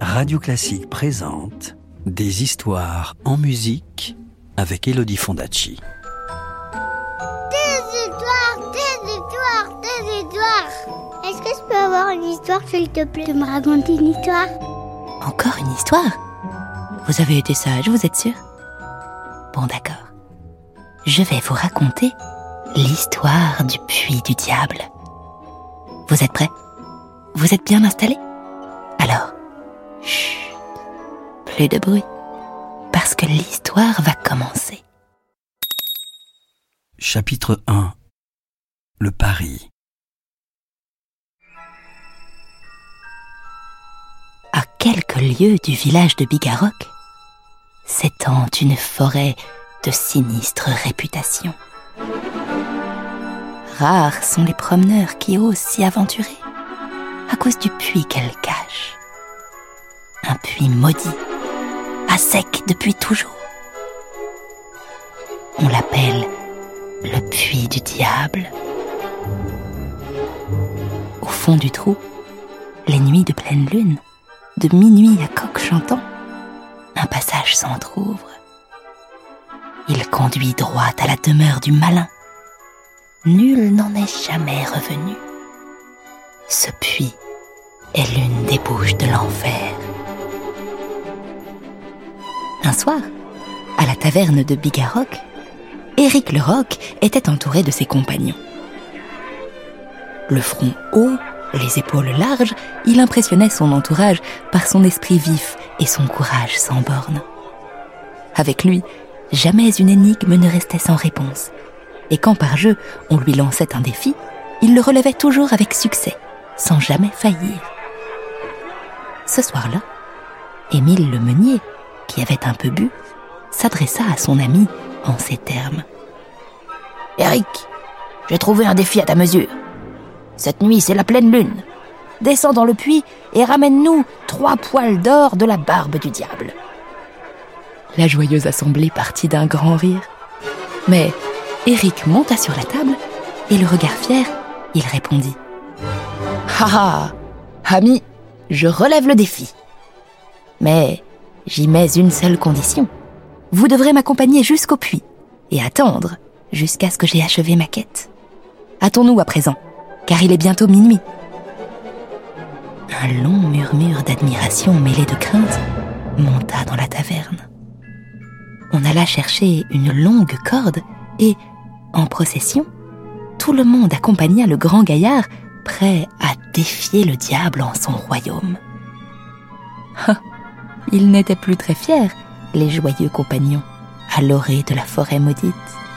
Radio Classique présente des histoires en musique avec Elodie Fondacci. Des histoires. Est-ce que je peux avoir une histoire, s'il te plaît, de me raconter une histoire? Encore une histoire? Vous avez été sage, vous êtes sûr? Bon, d'accord. Je vais vous raconter l'histoire du puits du diable. Vous êtes prêts? Vous êtes bien installés? Alors, chut, plus de bruit, parce que l'histoire va commencer. Chapitre 1. Le pari. À quelques lieues du village de Bigarroc, s'étend une forêt de sinistre réputation. Rares sont les promeneurs qui osent s'y aventurer à cause du puits qu'elle cache. Un puits maudit, à sec depuis toujours. On l'appelle le puits du diable. Au fond du trou, les nuits de pleine lune, de minuit à coq chantant, un passage s'entr'ouvre. Il conduit droit à la demeure du malin. Nul n'en est jamais revenu. Ce puits est l'une des bouches de l'enfer. Un soir, à la taverne de Bigarroc, Éric le Roc était entouré de ses compagnons. Le front haut, les épaules larges, il impressionnait son entourage par son esprit vif et son courage sans bornes. Avec lui, jamais une énigme ne restait sans réponse. Et quand par jeu, on lui lançait un défi, il le relevait toujours avec succès, sans jamais faillir. Ce soir-là, Émile le meunier, qui avait un peu bu, s'adressa à son ami en ces termes. « Éric, j'ai trouvé un défi à ta mesure. Cette nuit, c'est la pleine lune. Descends dans le puits et ramène-nous 3 poils d'or de la barbe du diable. » La joyeuse assemblée partit d'un grand rire. Mais Éric monta sur la table et le regard fier, il répondit. « Ah, ami, je relève le défi. Mais j'y mets une seule condition. Vous devrez m'accompagner jusqu'au puits et attendre jusqu'à ce que j'ai achevé ma quête. Hâtons-nous à présent, car il est bientôt minuit. » Un long murmure d'admiration mêlé de crainte monta dans la taverne. On alla chercher une longue corde et, en procession, tout le monde accompagna le grand gaillard, prêt à défier le diable en son royaume. Ils n'étaient plus très fiers, les joyeux compagnons, à l'orée de la forêt maudite.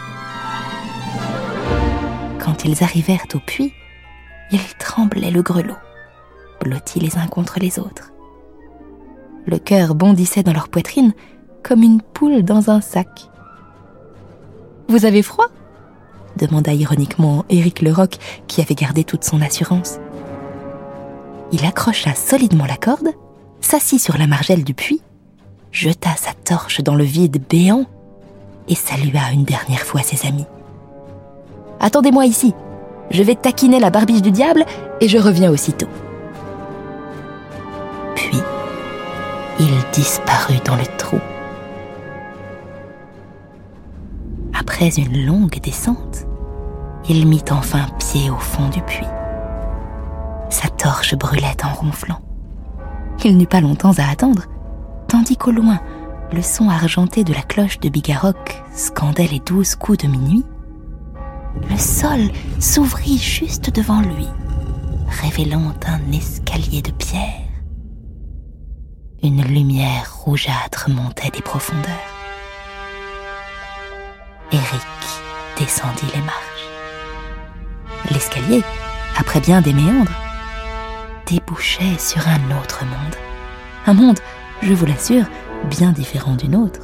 Quand ils arrivèrent au puits, ils tremblaient le grelot, blottis les uns contre les autres. Le cœur bondissait dans leur poitrine comme une poule dans un sac. « Vous avez froid ?» demanda ironiquement Éric le Roc, qui avait gardé toute son assurance. Il accrocha solidement la corde, s'assit sur la margelle du puits, jeta sa torche dans le vide béant et salua une dernière fois ses amis. « Attendez-moi ici, je vais taquiner la barbiche du diable et je reviens aussitôt. » Puis, il disparut dans le trou. Après une longue descente, il mit enfin pied au fond du puits. Sa torche brûlait en ronflant. Il n'eut pas longtemps à attendre, tandis qu'au loin, le son argenté de la cloche de Bigarroc scandait les 12 coups de minuit. Le sol s'ouvrit juste devant lui, révélant un escalier de pierre. Une lumière rougeâtre montait des profondeurs. Éric descendit les marches. L'escalier, après bien des méandres, débouchait sur un autre monde. Un monde, je vous l'assure, bien différent du nôtre.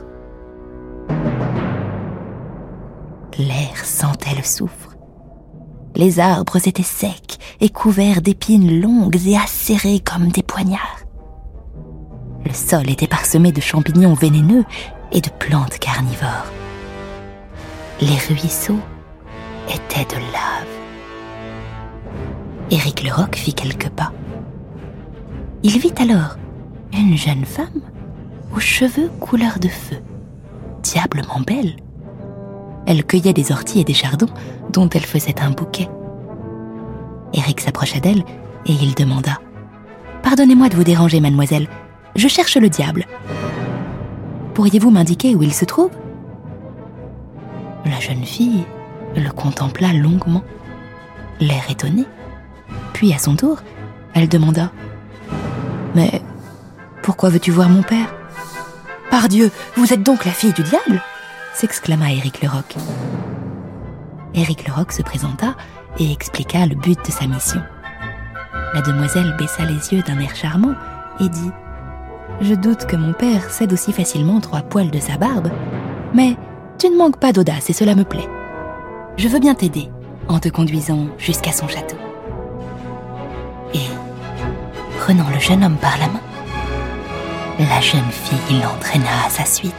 L'air sentait le soufre. Les arbres étaient secs et couverts d'épines longues et acérées comme des poignards. Le sol était parsemé de champignons vénéneux et de plantes carnivores. Les ruisseaux étaient de lave. Éric le Roc fit quelques pas. Il vit alors une jeune femme aux cheveux couleur de feu, diablement belle. Elle cueillait des orties et des chardons dont elle faisait un bouquet. Eric s'approcha d'elle et il demanda « Pardonnez-moi de vous déranger, mademoiselle, je cherche le diable. Pourriez-vous m'indiquer où il se trouve ?» La jeune fille le contempla longuement, l'air étonné. Puis à son tour, elle demanda « Mais pourquoi veux-tu voir mon père ?»« Pardieu, vous êtes donc la fille du diable ?» s'exclama Éric Leroc. Éric Leroc se présenta et expliqua le but de sa mission. La demoiselle baissa les yeux d'un air charmant et dit « Je doute que mon père cède aussi facilement 3 poils de sa barbe, mais tu ne manques pas d'audace et cela me plaît. Je veux bien t'aider en te conduisant jusqu'à son château. » Et, prenant le jeune homme par la main, la jeune fille l'entraîna à sa suite.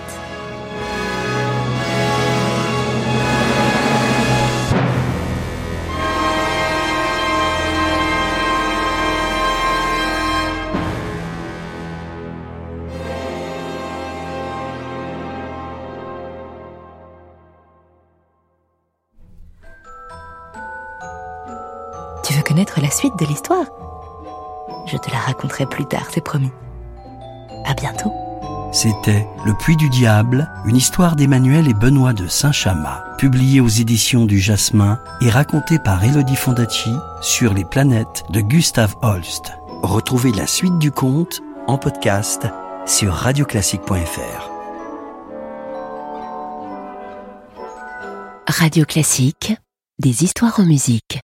Tu veux connaître la suite de l'histoire ? Je te la raconterai plus tard, c'est promis. À bientôt. C'était Le Puits du Diable, une histoire d'Emmanuel et Benoît de Saint-Chamas, publiée aux éditions du Jasmin et racontée par Élodie Fondacci sur les planètes de Gustave Holst. Retrouvez la suite du conte en podcast sur radioclassique.fr. Radio Classique, des histoires en musique.